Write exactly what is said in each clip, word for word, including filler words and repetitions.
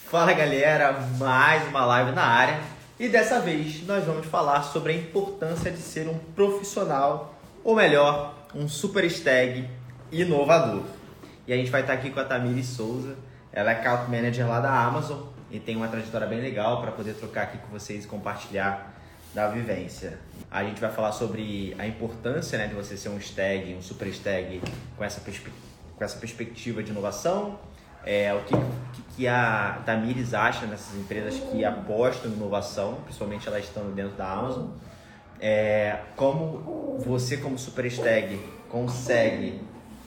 Fala galera, mais uma live na área e dessa vez nós vamos falar sobre a importância de ser um profissional, ou melhor, um super stag inovador. E a gente vai estar aqui com a Tamires Souza, ela é Account Manager lá da Amazon e tem uma trajetória bem legal para poder trocar aqui com vocês e compartilhar da vivência. A gente vai falar sobre a importância, né, de você ser um stag, um super stag com essa, perspe- com essa perspectiva de inovação. É, o que, que, que a Tamires acha nessas empresas que apostam em inovação, principalmente elas estando dentro da Amazon. É, como você, como super stag, consegue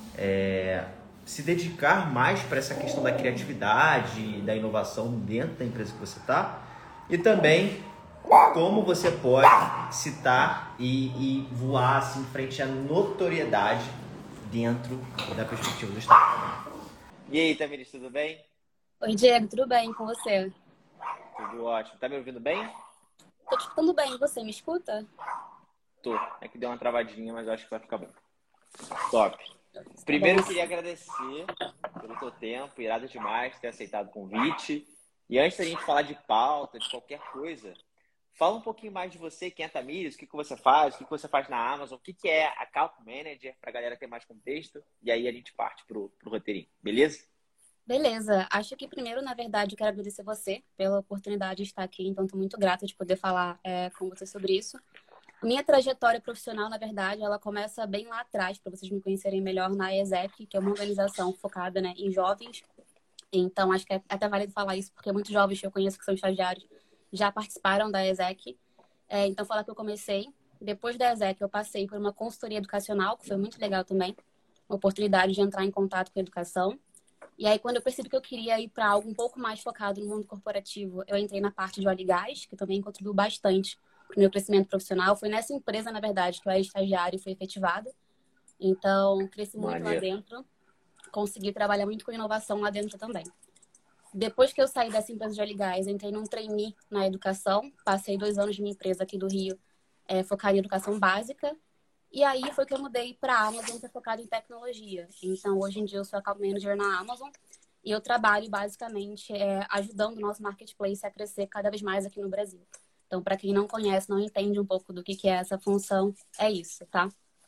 é, se dedicar mais para essa questão da criatividade, da inovação dentro da empresa que você está. E também como você pode citar e, e voar assim, frente à notoriedade dentro da perspectiva do Estado. E aí, Tamires, tudo bem? Oi, Diego, tudo bem com você? Tudo ótimo. Tá me ouvindo bem? Tô te escutando bem, você me escuta? Tô. É que deu uma travadinha, mas eu acho que vai ficar bom. Top. Tá Primeiro, bom. eu queria agradecer pelo teu tempo, irado demais ter aceitado o convite. E antes da gente falar de pauta, de qualquer coisa, fala um pouquinho mais de você, quem é a Tamires, o que, que você faz, o que, que você faz na Amazon, o que, que é Account Manager, pra galera ter mais contexto. E aí a gente parte pro, pro roteirinho, beleza? Beleza, acho que primeiro, na verdade, eu quero agradecer você pela oportunidade de estar aqui, então tô muito grata de poder falar é, com você sobre isso. Minha trajetória profissional, na verdade, ela começa bem lá atrás, para vocês me conhecerem melhor na ESEC, que é uma organização focada, né, em jovens. Então, acho que é até válido falar isso, porque muitos jovens que eu conheço que são estagiários já participaram da ESEC. É, então, falar que eu comecei. Depois da ESEC, eu passei por uma consultoria educacional, que foi muito legal também. Uma oportunidade de entrar em contato com a educação. E aí, quando eu percebi que eu queria ir para algo um pouco mais focado no mundo corporativo, eu entrei na parte de óleo e gás, que também contribuiu bastante para o meu crescimento profissional. Foi nessa empresa, na verdade, que eu era estagiária e fui efetivada. Então, cresci muito lá Maneiro. dentro. Consegui trabalhar muito com inovação lá dentro também. Depois que eu saí dessa empresa de óleo e gás, entrei num trainee na educação. Passei dois anos de minha empresa aqui do Rio, é, focada em educação básica. E aí foi que eu mudei para a Amazon, que é focada em tecnologia. Então, hoje em dia, eu sou account manager na Amazon e eu trabalho basicamente é, ajudando o nosso marketplace a crescer cada vez mais aqui no Brasil. Então, para quem não conhece, não entende um pouco do que, que é essa função, é isso, tá?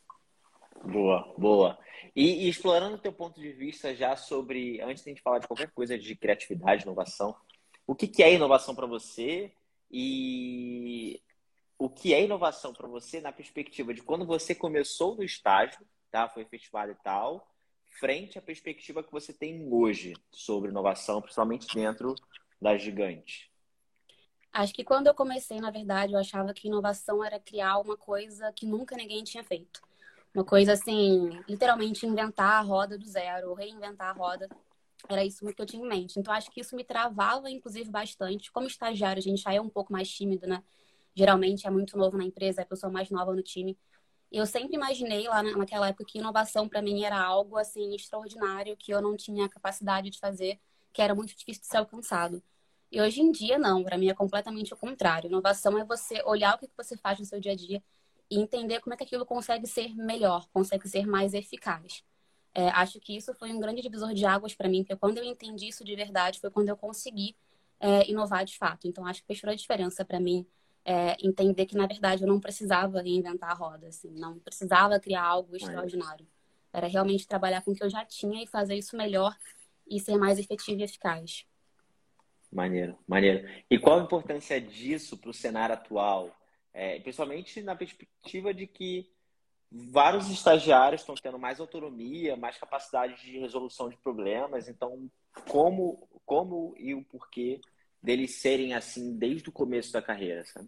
Boa, boa. E, e explorando o teu ponto de vista já sobre, antes de a gente falar de qualquer coisa de criatividade, inovação, o que, que é inovação para você e o que é inovação para você na perspectiva de quando você começou no estágio, tá? Foi efetivado e tal, frente à perspectiva que você tem hoje sobre inovação, principalmente dentro da gigante. Acho que quando eu comecei, na verdade, eu achava que inovação era criar uma coisa que nunca ninguém tinha feito. Uma coisa assim, literalmente inventar a roda do zero, reinventar a roda. Era isso que eu tinha em mente. Então, acho que isso me travava, inclusive, bastante. Como estagiário, a gente já é um pouco mais tímido, né? Geralmente é muito novo na empresa, é a pessoa mais nova no time. E eu sempre imaginei lá naquela época que inovação para mim era algo assim extraordinário, que eu não tinha capacidade de fazer, que era muito difícil de ser alcançado. E hoje em dia, não. Para mim é completamente o contrário. Inovação é você olhar o que você faz no seu dia a dia e entender como é que aquilo consegue ser melhor, consegue ser mais eficaz. É, acho que isso foi um grande divisor de águas para mim, porque quando eu entendi isso de verdade, foi quando eu consegui é, inovar de fato. Então, acho que fez toda a diferença para mim é, entender que, na verdade, eu não precisava reinventar a roda, assim, não precisava criar algo extraordinário. Era realmente trabalhar com o que eu já tinha e fazer isso melhor e ser mais efetivo e eficaz. Maneiro, maneiro. E qual a importância disso para o cenário atual? É, principalmente na perspectiva de que vários estagiários estão tendo mais autonomia, mais capacidade de resolução de problemas. Então, como, como e o porquê deles serem assim desde o começo da carreira, sabe?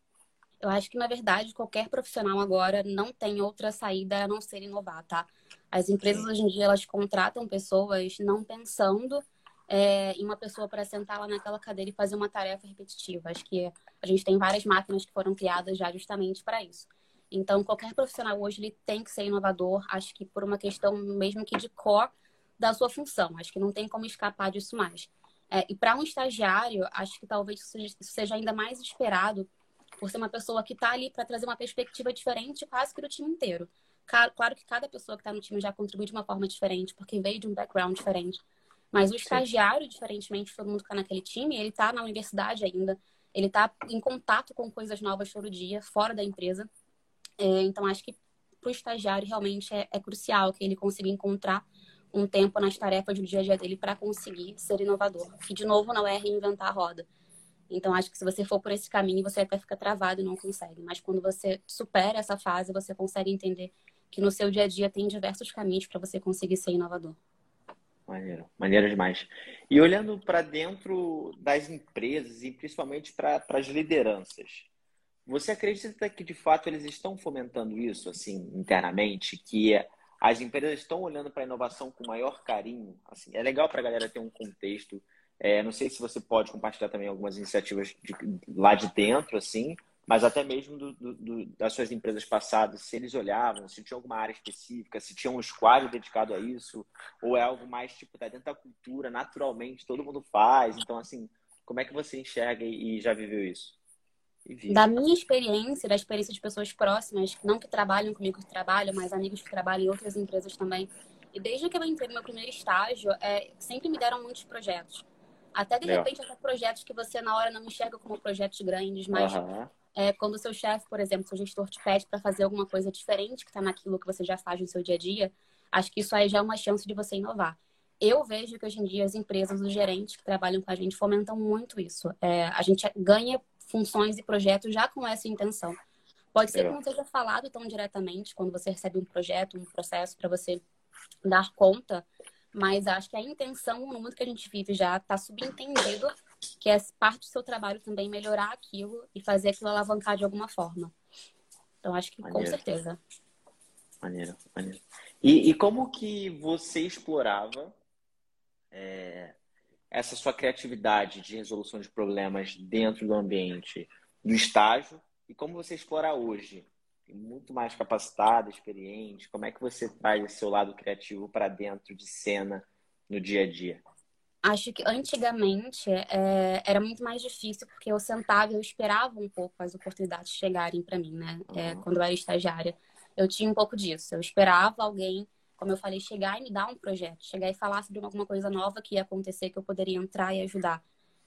Eu acho que, na verdade, qualquer profissional agora não tem outra saída a não ser inovar, tá? As empresas Sim. hoje em dia, elas contratam pessoas não pensando é, em uma pessoa para sentar lá naquela cadeira e fazer uma tarefa repetitiva. Acho que a gente tem várias máquinas que foram criadas já justamente para isso. Então, qualquer profissional hoje, ele tem que ser inovador, acho que por uma questão mesmo que de core da sua função. Acho que não tem como escapar disso mais. É, e para um estagiário, acho que talvez isso seja, isso seja ainda mais esperado por ser uma pessoa que está ali para trazer uma perspectiva diferente quase que do time inteiro. Claro que cada pessoa que está no time já contribui de uma forma diferente, porque veio de um background diferente. Mas o Sim. estagiário, diferentemente de todo mundo que está naquele time, ele está na universidade ainda, ele está em contato com coisas novas todo dia, fora da empresa. É, então, acho que para o estagiário realmente é, é crucial que ele consiga encontrar um tempo nas tarefas do dia a dia dele para conseguir ser inovador. Que, de novo, não é reinventar a roda. Então, acho que se você for por esse caminho, você até fica travado e não consegue. Mas quando você supera essa fase, você consegue entender que no seu dia a dia tem diversos caminhos para você conseguir ser inovador. Maneiro, maneiro demais. E olhando para dentro das empresas e principalmente para as lideranças, você acredita que de fato eles estão fomentando isso assim internamente, que as empresas estão olhando para a inovação com maior carinho? Assim, é legal para a galera ter um contexto. É, não sei se você pode compartilhar também algumas iniciativas de, lá de dentro, assim, mas até mesmo do, do, do, das suas empresas passadas, se eles olhavam, se tinha alguma área específica, se tinha um squad dedicado a isso, ou é algo mais tipo tá dentro da cultura, naturalmente todo mundo faz. Então, assim, como é que você enxerga e, e já viveu isso? E Da vive. minha experiência, da experiência de pessoas próximas, não que trabalham comigo, que trabalham, mas amigos que trabalham em outras empresas também. E desde que eu entrei no meu primeiro estágio, é, sempre me deram muitos projetos. Até, de Legal. repente, até projetos que você, na hora, não enxerga como projetos grandes, mas Aham. é, quando o seu chefe, por exemplo, seu gestor te pede para fazer alguma coisa diferente que está naquilo que você já faz no seu dia a dia, acho que isso aí já é uma chance de você inovar. Eu vejo que hoje em dia as empresas, os gerentes que trabalham com a gente fomentam muito isso. É, a gente ganha funções e projetos já com essa intenção. Pode ser que Legal. não seja falado tão diretamente quando você recebe um projeto, um processo para você dar conta, mas acho que a intenção no mundo que a gente vive já está subentendido que é parte do seu trabalho também melhorar aquilo e fazer aquilo alavancar de alguma forma. Então, acho que com Maneiro. certeza. Maneiro. Maneiro. E, e como que você explorava essa sua criatividade de resolução de problemas dentro do ambiente do estágio e como você explora hoje? Muito mais capacitado, experiente. Como é que você traz esse seu lado criativo para dentro de cena no dia a dia? Acho que antigamente é, era muito mais difícil porque eu sentava e eu esperava um pouco as oportunidades chegarem para mim, né? É, Uhum. quando eu era estagiária, eu tinha um pouco disso. Eu esperava alguém, como eu falei, chegar e me dar um projeto, chegar e falar sobre alguma coisa nova que ia acontecer, que eu poderia entrar e ajudar.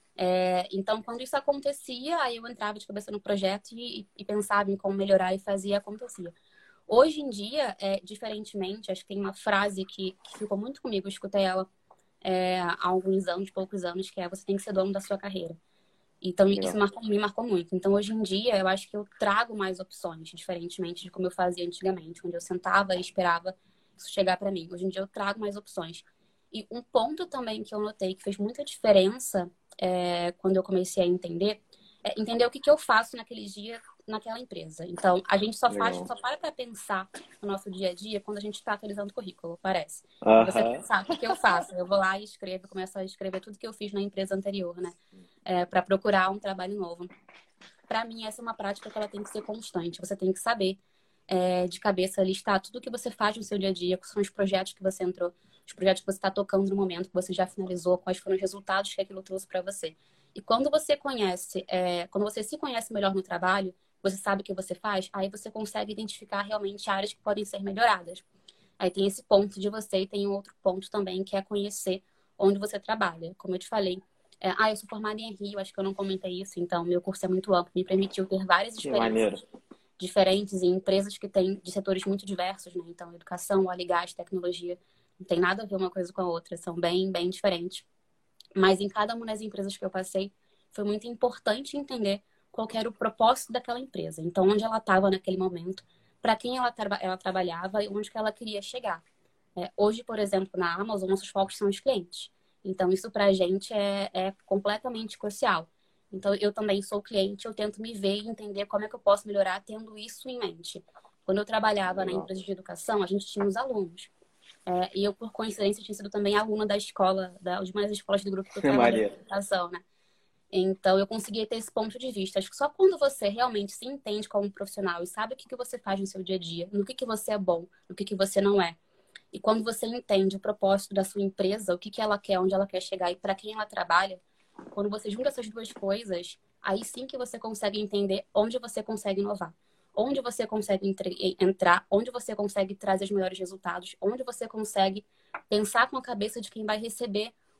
É, então, quando isso acontecia, aí eu entrava de cabeça no projeto e, e pensava em como melhorar e fazia acontecia. Hoje em dia, é, diferentemente, acho que tem uma frase que, que ficou muito comigo, eu escutei ela é, há alguns anos, poucos anos, que é você tem que ser dono da sua carreira. Então, isso Legal. marcou, me marcou muito. Então, hoje em dia, eu acho que eu trago mais opções, diferentemente de como eu fazia antigamente, onde eu sentava e esperava isso chegar para mim. Hoje em dia, eu trago mais opções. E um ponto também que eu notei que fez muita diferença é, quando eu comecei a entender, é entender o que, que eu faço naquele dia, naquela empresa. Então, a gente só faz, Legal. só para para pensar no nosso dia a dia quando a gente está atualizando o currículo, parece. E você Aham. pensar, o que, que eu faço? Eu vou lá e escrevo, começo a escrever tudo que eu fiz na empresa anterior, né? É, para procurar um trabalho novo. Para mim, essa é uma prática que ela tem que ser constante. Você tem que saber é, de cabeça listar tudo que você faz no seu dia a dia, quais são os projetos que você entrou, os projetos que você está tocando no momento, que você já finalizou, quais foram os resultados que aquilo trouxe para você. E quando você conhece, é, quando você se conhece melhor no trabalho, você sabe o que você faz, aí você consegue identificar realmente áreas que podem ser melhoradas. Aí tem esse ponto de você e tem um outro ponto também, que é conhecer onde você trabalha. Como eu te falei, é, ah, eu sou formada em Rio, acho que eu não comentei isso, então meu curso é muito amplo, me permitiu ter várias Que maneiro. experiências diferentes em empresas que têm de setores muito diversos, né? Então, educação, óleo e gás, tecnologia, não tem nada a ver uma coisa com a outra, são bem, bem diferentes. Mas em cada uma das empresas que eu passei, foi muito importante entender qual que era o propósito daquela empresa. Então, onde ela estava naquele momento, para quem ela, tra ela trabalhava e onde que ela queria chegar. É, hoje, por exemplo, na Amazon, nossos focos são os clientes. Então, isso para a gente é, é completamente crucial. Então, eu também sou cliente, eu tento me ver e entender como é que eu posso melhorar tendo isso em mente. Quando eu trabalhava na Legal. empresa de educação, a gente tinha os alunos. É, e eu, por coincidência, tinha sido também aluna da escola, da, de uma das escolas do grupo que eu trabalhei na Maneiro. educação, né? Então, eu conseguia ter esse ponto de vista. Acho que só quando você realmente se entende como profissional e sabe o que, que você faz no seu dia a dia, no que, que você é bom, no que, que você não é, e quando você entende o propósito da sua empresa, o que, que ela quer, onde ela quer chegar e para quem ela trabalha, quando você junta essas duas coisas, aí sim que você consegue entender onde você consegue inovar. Onde você consegue entre... entrar, onde você consegue trazer os melhores resultados, onde você consegue pensar com a cabeça de quem vai receber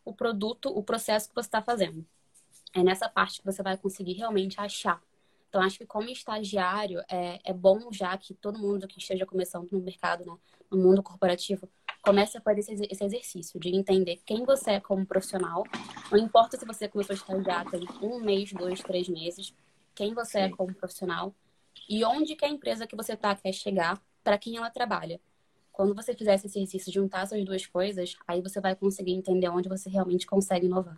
o produto, o processo que você está fazendo. É nessa parte que você vai conseguir realmente achar. Então, acho que como estagiário, é, é bom já que todo mundo que esteja começando no mercado, né, no mundo corporativo, comece a fazer esse, esse exercício de entender quem você é como profissional. Não importa se você começou a estagiar tem um mês, dois, três meses, quem você é Sim. como profissional e onde que a empresa que você tá quer chegar, para quem ela trabalha. Quando você fizer esse exercício de juntar essas duas coisas, aí você vai conseguir entender onde você realmente consegue inovar.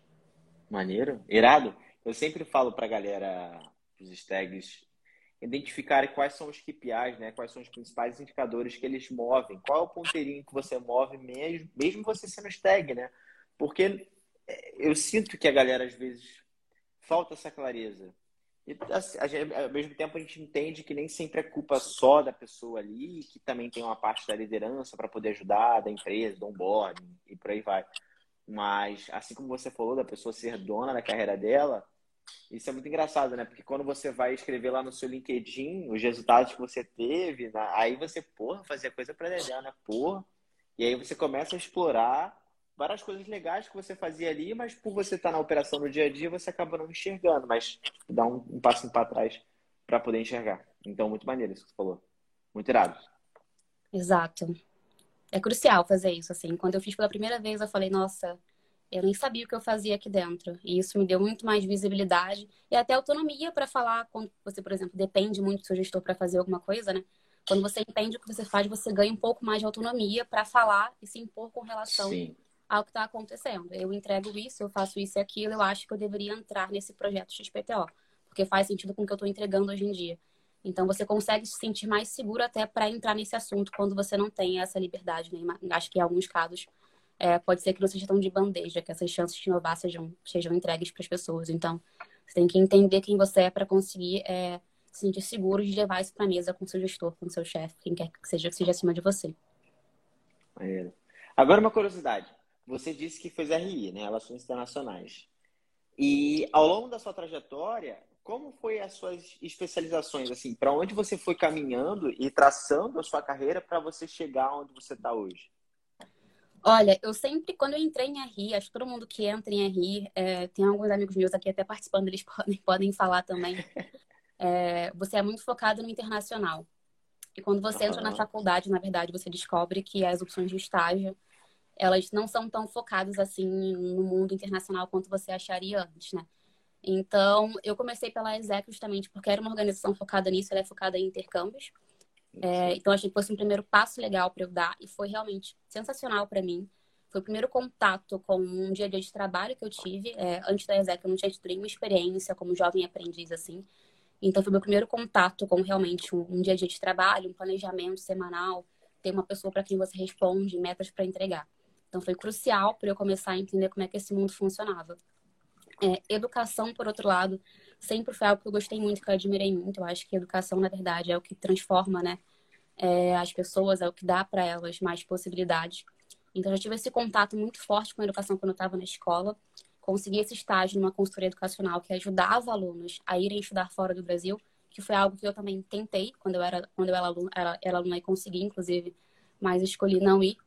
Maneiro, irado. Eu sempre falo pra galera, os stags, identificarem quais são os K P Is, né? Quais são os principais indicadores que eles movem. Qual é o ponteirinho que você move mesmo, mesmo você sendo stag, né? Porque é, eu sinto que a galera, às vezes, falta essa clareza. E, assim, a gente- ao mesmo tempo, a gente entende que nem sempre é culpa só da pessoa ali, que também tem uma parte da liderança para poder ajudar, da empresa, do onboarding e por aí vai. Mas, assim como você falou, da pessoa ser dona da carreira dela, isso é muito engraçado, né? Porque quando você vai escrever lá no seu LinkedIn os resultados que você teve, na- aí você, porra, fazia coisa pra dedéu, né? Porra. E aí você começa a explorar várias coisas legais que você fazia ali, mas por você estar na operação no dia a dia, você acaba não enxergando, mas dá um, um passinho para trás para poder enxergar. Então, muito maneiro isso que você falou. Muito irado. Exato. É crucial fazer isso, assim. Quando eu fiz pela primeira vez, eu falei, nossa, eu nem sabia o que eu fazia aqui dentro. E isso me deu muito mais visibilidade e até autonomia para falar quando você, por exemplo, depende muito do seu gestor para fazer alguma coisa, né? Quando você entende o que você faz, você ganha um pouco mais de autonomia para falar e se impor com relação Sim, ao que está acontecendo. Eu entrego isso, eu faço isso e aquilo, eu acho que eu deveria entrar nesse projeto X P T O, porque faz sentido com o que eu estou entregando hoje em dia. Então, você consegue se sentir mais seguro até para entrar nesse assunto quando você não tem essa liberdade, né? Acho que em alguns casos é, pode ser que não seja tão de bandeja, que essas chances de inovar sejam, sejam entregues para as pessoas. Então, você tem que entender quem você é para conseguir é, se sentir seguro de levar isso para a mesa com o seu gestor, com o seu chefe, quem quer que seja que seja acima de você. maneiro. Agora uma curiosidade. Você disse que fez R I, né? Relações Internacionais. E ao longo da sua trajetória, como foi as suas especializações? Assim, para onde você foi caminhando e traçando a sua carreira para você chegar onde você está hoje? Olha, eu sempre, quando eu entrei em R I, acho que todo mundo que entra em R I, é, tem alguns amigos meus aqui até participando, eles podem, podem falar também. É, você é muito focado no internacional. E quando você entra na Aham, faculdade, na verdade, você descobre que as opções de estágio, elas não são tão focadas assim no mundo internacional quanto você acharia antes, né? Então, eu comecei pela ESEC justamente porque era uma organização focada nisso, ela é focada em intercâmbios. É, sim, então, achei que fosse um primeiro passo legal para eu dar e foi realmente sensacional para mim. Foi o primeiro contato com um dia a dia de trabalho que eu tive. É, antes da ESEC, eu não tinha tido nenhuma experiência como jovem aprendiz, assim. Então, foi meu primeiro contato com realmente um, um dia a dia de trabalho, um planejamento semanal, ter uma pessoa para quem você responde, metas para entregar. Então, foi crucial para eu começar a entender como é que esse mundo funcionava. É, educação, por outro lado, sempre foi algo que eu gostei muito, que eu admirei muito. Eu acho que educação, na verdade, é o que transforma, né, é, as pessoas, é o que dá para elas mais possibilidades. Então, eu já tive esse contato muito forte com a educação quando eu estava na escola. Consegui esse estágio numa consultoria educacional que ajudava alunos a irem estudar fora do Brasil, que foi algo que eu também tentei quando eu era, quando eu era aluna, era, era aluna e consegui, inclusive, mas escolhi não ir.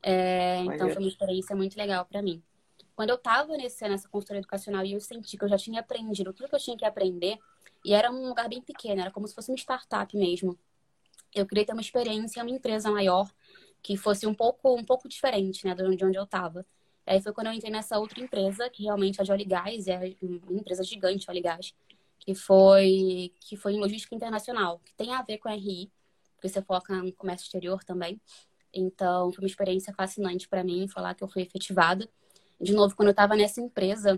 É, então, foi maneiro. uma experiência muito legal para mim. Quando eu estava nesse, nessa consultoria educacional e eu senti que eu já tinha aprendido tudo que eu tinha que aprender, e era um lugar bem pequeno, era como se fosse uma startup mesmo. Eu queria ter uma experiência em uma empresa maior que fosse um pouco, um pouco diferente, né, de onde eu estava. Aí foi quando eu entrei nessa outra empresa, que realmente é a de óleo e gás, é uma empresa gigante, óleo e gás, que foi, que foi em logística internacional, que tem a ver com R I, porque você foca no comércio exterior também. Então, foi uma experiência fascinante para mim, falar que eu fui efetivada. De novo, quando eu estava nessa empresa,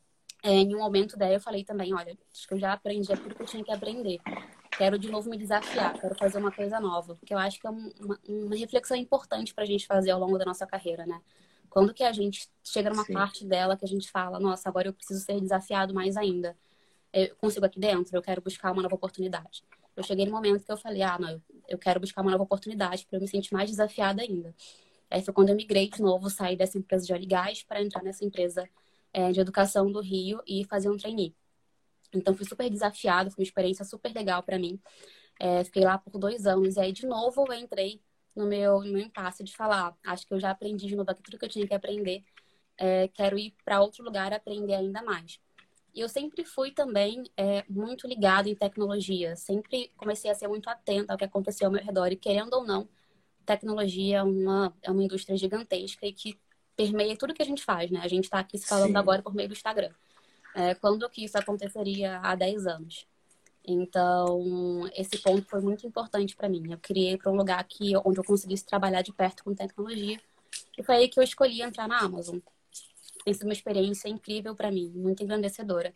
é, em um momento daí eu falei também, olha, acho que eu já aprendi tudo que eu tinha que aprender. Quero de novo me desafiar, quero fazer uma coisa nova. Porque eu acho que é uma, uma reflexão importante para a gente fazer ao longo da nossa carreira, né? Quando que a gente chega numa Sim, parte dela que a gente fala, nossa, agora eu preciso ser desafiado mais ainda. Eu consigo aqui dentro, eu quero buscar uma nova oportunidade. Eu cheguei no momento que eu falei, ah, não, eu, eu quero buscar uma nova oportunidade para eu me sentir mais desafiada ainda. Aí foi quando eu migrei de novo, saí dessa empresa de óleo e gás para entrar nessa empresa é, de educação do Rio e fazer um trainee. Então, fui super desafiada, foi uma experiência super legal para mim. É, fiquei lá por dois anos e aí, de novo, eu entrei no meu, no meu impasse de falar, acho que eu já aprendi de novo aqui tudo que eu tinha que aprender. é, quero ir para outro lugar aprender ainda mais. E eu sempre fui também é, muito ligada em tecnologia. Sempre comecei a ser muito atenta ao que acontecia ao meu redor. E querendo ou não, tecnologia é uma, é uma indústria gigantesca e que permeia tudo que a gente faz, né? A gente está aqui se falando Sim. agora por meio do Instagram. É, quando que isso aconteceria há dez anos? Então, esse ponto foi muito importante para mim. Eu criei para um lugar que, onde eu conseguisse trabalhar de perto com tecnologia. E foi aí que eu escolhi entrar na Amazon. Tem sido uma experiência incrível para mim, muito engrandecedora.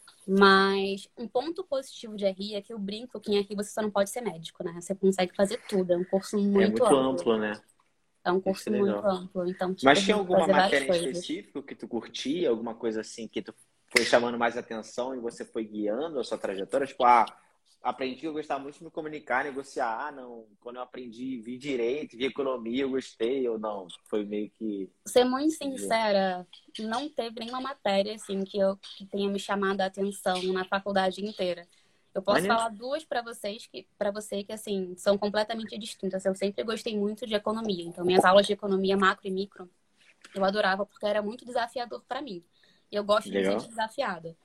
Mas um ponto positivo de R I é que eu brinco que em R I você só não pode ser médico, né? Você consegue fazer tudo. É um curso É muito muito amplo. amplo, né? É um Isso curso é muito legal. amplo. Então te Mas tinha permite alguma fazer várias matéria em coisas. específico que tu curtia, alguma coisa assim que tu foi chamando mais atenção e você foi guiando a sua trajetória? Tipo, ah, aprendi, eu gostava muito de me comunicar, negociar. Ah, não, quando eu aprendi, vi direito, vi economia, eu gostei ou não. Foi meio que. Ser muito sincera, não teve nenhuma matéria assim que eu que tenha me chamado a atenção na faculdade inteira. Eu posso Maneiro. falar duas para vocês que para você que assim são completamente distintas. Eu sempre gostei muito de economia, então minhas aulas de economia macro e micro eu adorava porque era muito desafiador para mim. E eu gosto de me sentir Legal. desafiada.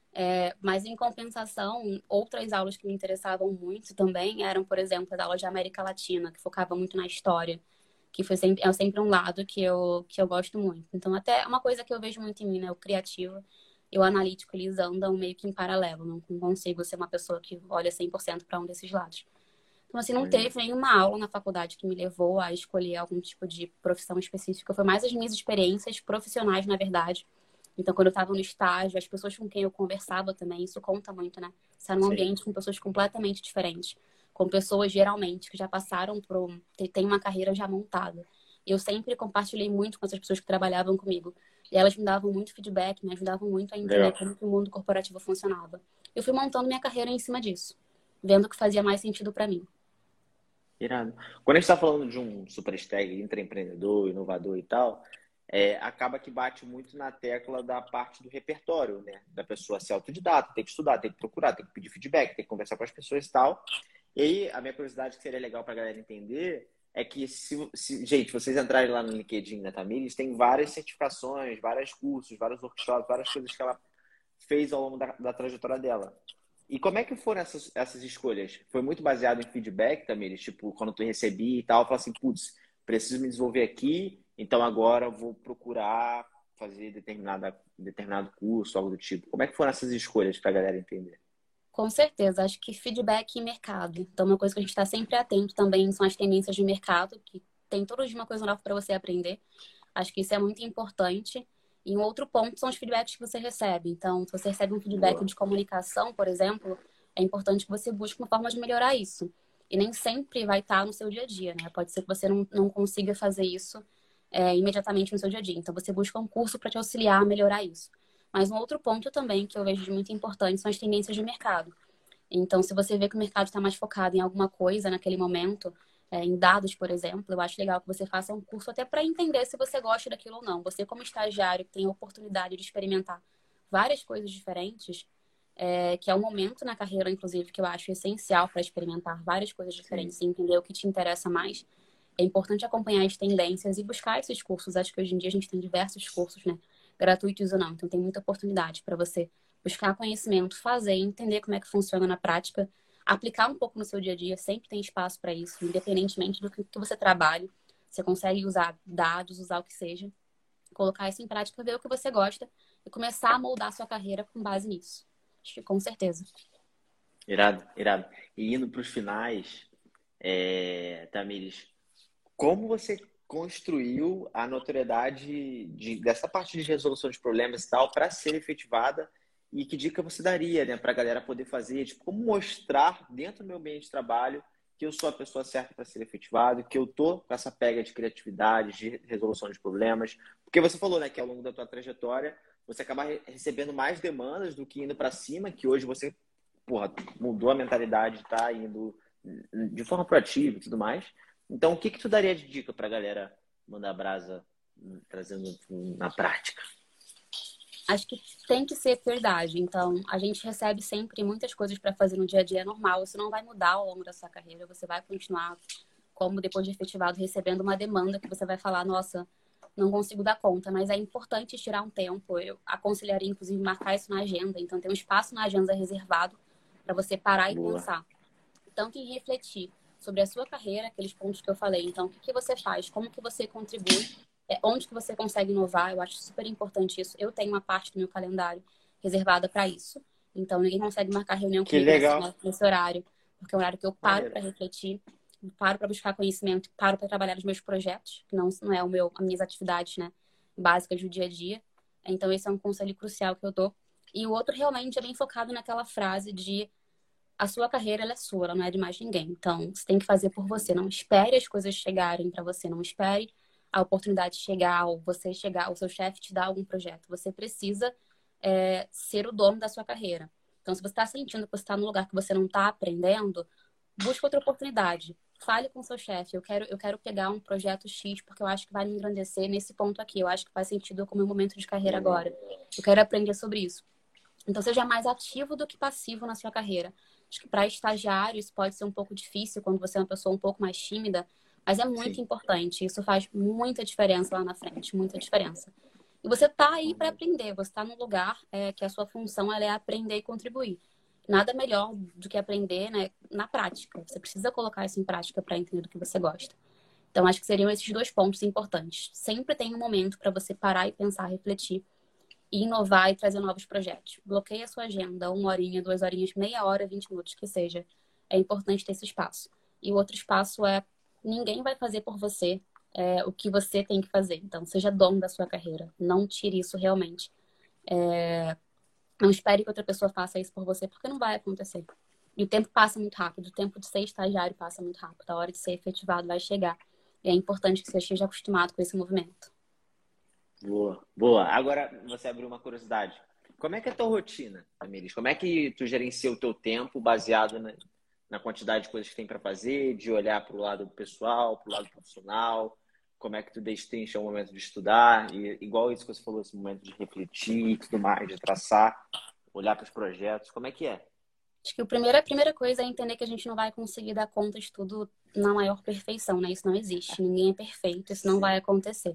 É, mas em compensação, outras aulas que me interessavam muito também eram, por exemplo, as aulas de América Latina, que focava muito na história, que foi sempre, é sempre um lado que eu, que eu gosto muito. Então, até uma coisa que eu vejo muito em mim, né? O criativo e o analítico, eles andam meio que em paralelo. Não consigo ser uma pessoa que olha cem por cento para um desses lados. Então, assim, não Maneiro. teve nenhuma aula na faculdade que me levou a escolher algum tipo de profissão específica. Foi mais as minhas experiências profissionais, na verdade. Então, quando eu estava no estágio, as pessoas com quem eu conversava também, isso conta muito, né? Estar num Sim. ambiente com pessoas completamente diferentes. Com pessoas, geralmente, que já passaram por... um- tem uma carreira já montada. Eu sempre compartilhei muito com essas pessoas que trabalhavam comigo. E elas me davam muito feedback, me ajudavam muito a entender Legal. como que o mundo corporativo funcionava. Eu fui montando minha carreira em cima disso, vendo o que fazia mais sentido para mim. Irado. Quando a gente está falando de um super stag intraempreendedor, inovador e tal, é, acaba que bate muito na tecla da parte do repertório, né? Da pessoa ser autodidata, tem que estudar, tem que procurar, tem que pedir feedback, tem que conversar com as pessoas e tal. E aí, a minha curiosidade que seria legal para a galera entender é que, se, se, gente, vocês entrarem lá no LinkedIn da Tamires, tem várias certificações, vários cursos, vários workshops, várias coisas que ela fez ao longo da, da trajetória dela. E como é que foram essas, essas escolhas? Foi muito baseado em feedback, Tamires? Tipo, quando tu recebi e tal, eu falei assim, putz, preciso me desenvolver aqui, então agora eu vou procurar fazer determinada, determinado curso, algo do tipo. Como é que foram essas escolhas para a galera entender? Com certeza, acho que feedback e mercado. Então, uma coisa que a gente está sempre atento também são as tendências de mercado, que tem todo dia uma coisa nova para você aprender. Acho que isso é muito importante. E um outro ponto são os feedbacks que você recebe. Então, se você recebe um feedback Boa. de comunicação, por exemplo, é importante que você busque uma forma de melhorar isso. E nem sempre vai estar no seu dia a dia, né? Pode ser que você não, não consiga fazer isso é, imediatamente no seu dia a dia. Então, você busca um curso para te auxiliar a melhorar isso. Mas um outro ponto também que eu vejo de muito importante são as tendências de mercado. Então, se você vê que o mercado está mais focado em alguma coisa naquele momento, é, em dados, por exemplo, eu acho legal que você faça um curso até para entender se você gosta daquilo ou não. Você, como estagiário, que tem a oportunidade de experimentar várias coisas diferentes, é, que é um momento na carreira, inclusive, que eu acho essencial para experimentar várias coisas Sim. diferentes e entender o que te interessa mais. É importante acompanhar as tendências e buscar esses cursos. Acho que hoje em dia a gente tem diversos cursos, né? Gratuitos ou não. Então, tem muita oportunidade para você buscar conhecimento, fazer, entender como é que funciona na prática, aplicar um pouco no seu dia a dia, sempre tem espaço para isso, independentemente do que você trabalhe. Você consegue usar dados, usar o que seja, colocar isso em prática, ver o que você gosta e começar a moldar a sua carreira com base nisso. Acho que com certeza. Irado, irado. E indo para os finais, é, Tamires, como você construiu a notoriedade de, dessa parte de resolução de problemas e tal para ser efetivada e que dica você daria, né, para a galera poder fazer? Tipo, como mostrar dentro do meu ambiente de trabalho que eu sou a pessoa certa para ser efetivado, que eu tô com essa pega de criatividade, de resolução de problemas? Porque você falou, né, que ao longo da tua trajetória você acaba re- recebendo mais demandas do que indo para cima, que hoje você, porra, mudou a mentalidade, tá indo de forma proativa e tudo mais. Então, o que que tu daria de dica pra galera mandar brasa hum, trazendo na prática? Acho que tem que ser prioridade. Então, a gente recebe sempre muitas coisas para fazer no dia a dia, é normal. Isso não vai mudar ao longo da sua carreira. Você vai continuar, como depois de efetivado, recebendo uma demanda que você vai falar, nossa, não consigo dar conta, mas é importante tirar um tempo. Eu aconselharia, inclusive, marcar isso na agenda. Então, tem um espaço na agenda reservado para você parar e Boa. pensar. Tanto em refletir sobre a sua carreira, aqueles pontos que eu falei. Então, o que, que você faz? Como que você contribui? É, onde que você consegue inovar? Eu acho super importante isso. Eu tenho uma parte do meu calendário reservada para isso. Então, ninguém consegue marcar reunião Que comigo nesse, legal. nesse horário, porque é um horário que eu paro Maneiro. para refletir, paro para buscar conhecimento, paro para trabalhar nos meus projetos, que não, não é o meu, as minhas atividades, né, básicas do dia a dia. Então, esse é um conselho crucial que eu dou. E o outro realmente é bem focado naquela frase de a sua carreira, ela é sua, ela não é de mais ninguém. Então, você tem que fazer por você. Não espere as coisas chegarem para você. Não espere a oportunidade chegar ou você chegar, o seu chefe te dar algum projeto. Você precisa é, ser o dono da sua carreira. Então, se você está sentindo que você está num lugar que você não está aprendendo, busque outra oportunidade. Fale com o seu chefe. Eu quero, eu quero pegar um projeto X porque eu acho que vai me engrandecer nesse ponto aqui. Eu acho que faz sentido com o meu momento de carreira agora. Eu quero aprender sobre isso. Então, seja mais ativo do que passivo na sua carreira. Acho que para estagiário isso pode ser um pouco difícil quando você é uma pessoa um pouco mais tímida, mas é muito Sim. importante. Isso faz muita diferença lá na frente, muita diferença. E você está aí para aprender, você está num lugar é, que a sua função ela é aprender e contribuir. Nada melhor do que aprender, né, na prática. Você precisa colocar isso em prática para entender do que você gosta. Então, acho que seriam esses dois pontos importantes. Sempre tem um momento para você parar e pensar, refletir e inovar e trazer novos projetos. Bloqueie a sua agenda, uma horinha, duas horinhas, meia hora, vinte minutos, que seja. É importante ter esse espaço. E o outro espaço é, ninguém vai fazer por você é, o que você tem que fazer. Então, seja dono da sua carreira. Não tire isso realmente. É, não espere que outra pessoa faça isso por você, porque não vai acontecer. E o tempo passa muito rápido. O tempo de ser estagiário passa muito rápido. A hora de ser efetivado vai chegar. E é importante que você esteja acostumado com esse movimento. Boa, boa. Agora você abriu uma curiosidade. Como é que é a tua rotina, Tamiris? Como é que tu gerencia o teu tempo baseado na, na quantidade de coisas que tem para fazer, de olhar para o lado pessoal, para o lado profissional? Como é que tu destrincha o momento de estudar? E, igual isso que você falou, esse momento de refletir e tudo mais, de traçar, olhar para os projetos. Como é que é? Acho que a primeira, a primeira coisa é entender que a gente não vai conseguir dar conta de tudo na maior perfeição, né? Isso não existe. Ninguém é perfeito, isso não vai Sim. acontecer.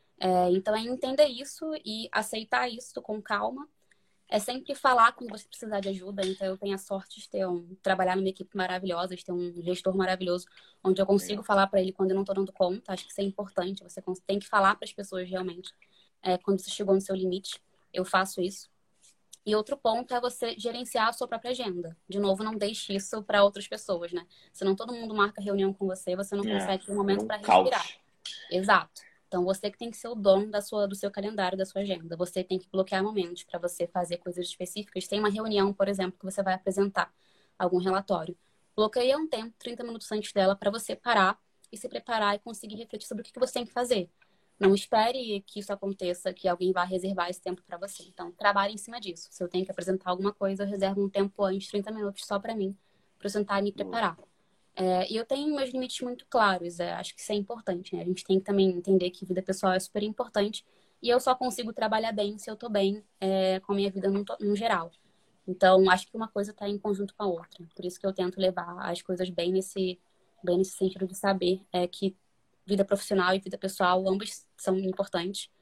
É, então, é entender isso e aceitar isso com calma. É sempre falar quando você precisar de ajuda. Então, eu tenho a sorte de ter um, trabalhar numa equipe maravilhosa, de ter um gestor maravilhoso, onde eu consigo Legal. falar para ele quando eu não estou dando conta. Acho que isso é importante. Você tem que falar para as pessoas realmente é, quando você chegou no seu limite. Eu faço isso. E outro ponto é você gerenciar a sua própria agenda. De novo, não deixe isso para outras pessoas, né? Senão todo mundo marca reunião com você, você não É, consegue ter um vira momento um para respirar. caos. Exato. Então, você que tem que ser o dono da sua, do seu calendário, da sua agenda. Você tem que bloquear momentos para você fazer coisas específicas. Tem uma reunião, por exemplo, que você vai apresentar algum relatório. Bloqueia um tempo, trinta minutos antes dela, para você parar e se preparar e conseguir refletir sobre o que você tem que fazer. Não espere que isso aconteça, que alguém vá reservar esse tempo para você. Então, trabalhe em cima disso. Se eu tenho que apresentar alguma coisa, eu reservo um tempo antes, trinta minutos só para mim, para eu sentar e me Boa. preparar. É, e eu tenho meus limites muito claros. É, acho que isso é importante, né? A gente tem que também entender que vida pessoal é super importante. E eu só consigo trabalhar bem se eu tô bem é, com a minha vida no, no geral. Então, acho que uma coisa está em conjunto com a outra. Por isso que eu tento levar as coisas bem nesse, bem nesse sentido de saber é, que vida profissional e vida pessoal, ambas são importantes.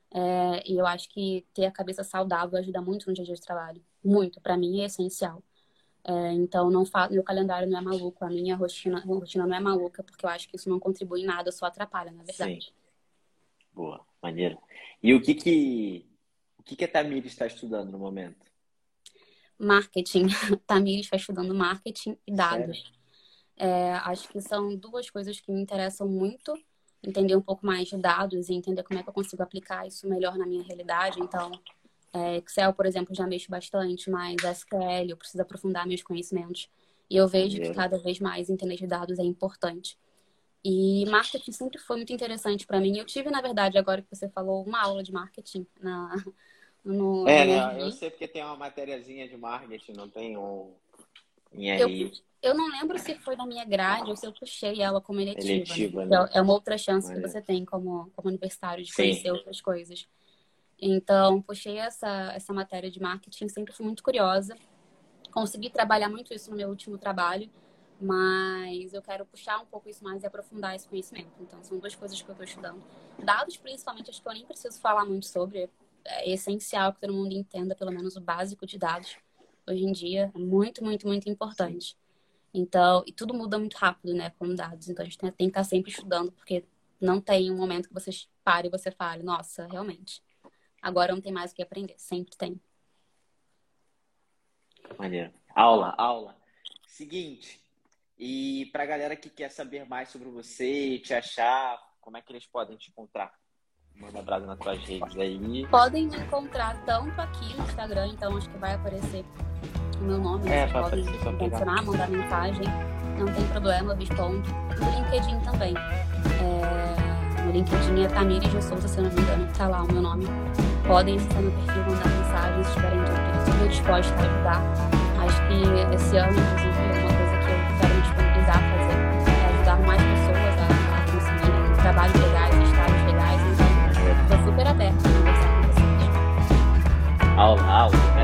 É, e eu acho que ter a cabeça saudável ajuda muito no dia a dia de trabalho. Muito. Para mim é essencial. É, então, não fa... meu calendário não é maluco, a minha rotina, a rotina não é maluca, porque eu acho que isso não contribui em nada, só atrapalha, na Sim. verdade. Boa. Maneiro. E o que que, o que que a Tamiris está estudando no momento? Marketing. Tamires está estudando marketing e Sério? dados. É, acho que são duas coisas que me interessam muito. Entender um pouco mais de dados e entender como é que eu consigo aplicar isso melhor na minha realidade. Então, é, Excel, por exemplo, já mexo bastante, mas S Q L, eu preciso aprofundar meus conhecimentos. E eu vejo que Maneiro. cada vez mais entender de dados é importante. E marketing sempre foi muito interessante para mim. Eu tive, na verdade, agora que você falou, uma aula de marketing na, no, É, em né? Eu R I. sei porque tem uma matériazinha de marketing, não tem um em Eu, R I eu não lembro se foi na minha grade ou se eu puxei ela como eletiva, né? eletiva, né? Então, é uma outra chance que Maneiro. você tem como, como universitário de Sim. conhecer outras coisas. Então, puxei essa, essa matéria de marketing, sempre fui muito curiosa. Consegui trabalhar muito isso no meu último trabalho, mas eu quero puxar um pouco isso mais e aprofundar esse conhecimento. Então, são duas coisas que eu estou estudando. Dados, principalmente, acho que eu nem preciso falar muito sobre. É essencial que todo mundo entenda, pelo menos, o básico de dados. Hoje em dia, é muito, muito, muito importante. Então, e tudo muda muito rápido, né, com dados. Então, a gente tem, tem que estar sempre estudando, porque não tem um momento que você pare e você fale, nossa, realmente, agora não tem mais o que aprender. Sempre tem. Maneiro. Aula, aula. Seguinte, e pra galera que quer saber mais sobre você, te achar, como é que eles podem te encontrar? Manda abraço nas tuas redes aí. Podem me encontrar tanto aqui no Instagram, então acho que vai aparecer o meu nome. É, Vocês vai podem aparecer, só pegar. mencionar, mandar mensagem. Não tem problema, eu respondo. No LinkedIn também. É... No LinkedIn é Tamires de Souza, se eu não me engano, tá lá o meu nome. Podem acessar meu perfil, mandar mensagem, se tiverem dúvidas. Estou disposta a ajudar. Acho que esse ano, inclusive, é uma coisa que eu quero me disponibilizar a fazer. É ajudar mais pessoas a, a conseguirem trabalhos legais, estágios legais. Então, estou super aberta a conversar com vocês. Aula, aula.